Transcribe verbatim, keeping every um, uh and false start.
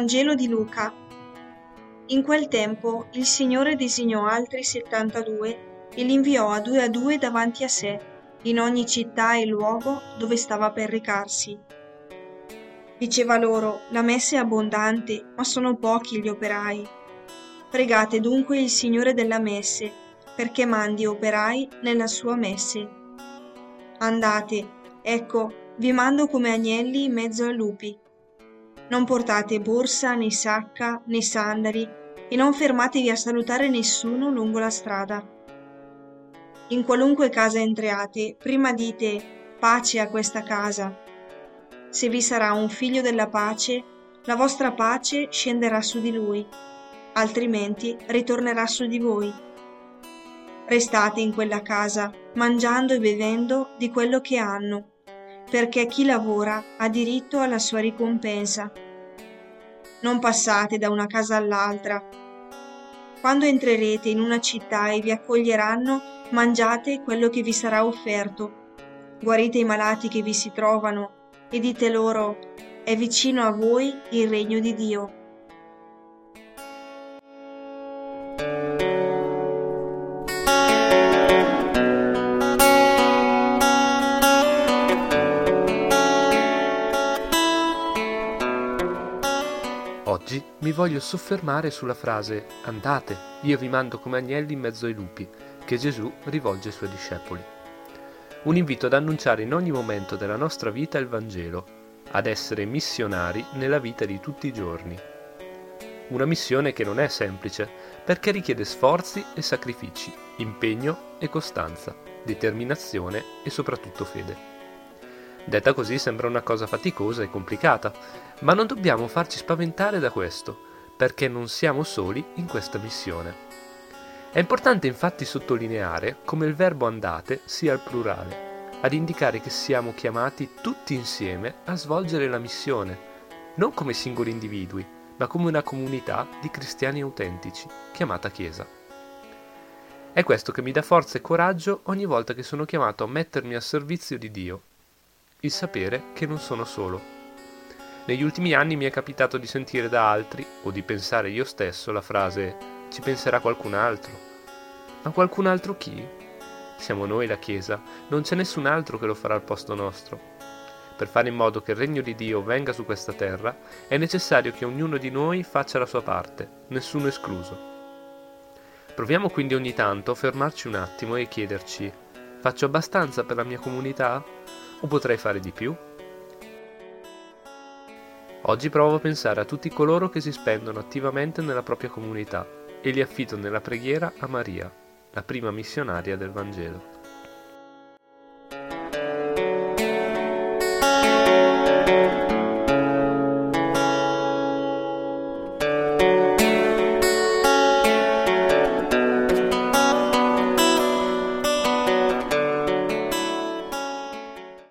Vangelo di Luca. In quel tempo il Signore designò altri settantadue e li inviò a due a due davanti a sé, in ogni città e luogo dove stava per recarsi. Diceva loro: la messe è abbondante, ma sono pochi gli operai. Pregate dunque il Signore della messe, perché mandi operai nella sua messe. Andate, ecco, vi mando come agnelli in mezzo a lupi. Non portate borsa, né sacca, né sandali, e non fermatevi a salutare nessuno lungo la strada. In qualunque casa entriate, prima dite: pace a questa casa. Se vi sarà un figlio della pace, la vostra pace scenderà su di lui, altrimenti ritornerà su di voi. Restate in quella casa, mangiando e bevendo di quello che hanno, perché chi lavora ha diritto alla sua ricompensa. Non passate da una casa all'altra. Quando entrerete in una città e vi accoglieranno, mangiate quello che vi sarà offerto. Guarite i malati che vi si trovano e dite loro: è vicino a voi il regno di Dio. Oggi mi voglio soffermare sulla frase «Andate, io vi mando come agnelli in mezzo ai lupi», che Gesù rivolge ai suoi discepoli. Un invito ad annunciare in ogni momento della nostra vita il Vangelo, ad essere missionari nella vita di tutti i giorni. Una missione che non è semplice, perché richiede sforzi e sacrifici, impegno e costanza, determinazione e soprattutto fede. Detta così sembra una cosa faticosa e complicata, ma non dobbiamo farci spaventare da questo, perché non siamo soli in questa missione. È importante infatti sottolineare come il verbo andate sia al plurale, ad indicare che siamo chiamati tutti insieme a svolgere la missione, non come singoli individui, ma come una comunità di cristiani autentici, chiamata Chiesa. È questo che mi dà forza e coraggio ogni volta che sono chiamato a mettermi al servizio di Dio. Il sapere che non sono solo. Negli ultimi anni mi è capitato di sentire da altri, o di pensare io stesso, la frase «ci penserà qualcun altro». Ma qualcun altro chi? Siamo noi la Chiesa, non c'è nessun altro che lo farà al posto nostro. Per fare in modo che il regno di Dio venga su questa terra, è necessario che ognuno di noi faccia la sua parte, nessuno escluso. Proviamo quindi ogni tanto a fermarci un attimo e chiederci: faccio abbastanza per la mia comunità? O potrei fare di più? Oggi provo a pensare a tutti coloro che si spendono attivamente nella propria comunità e li affido nella preghiera a Maria, la prima missionaria del Vangelo.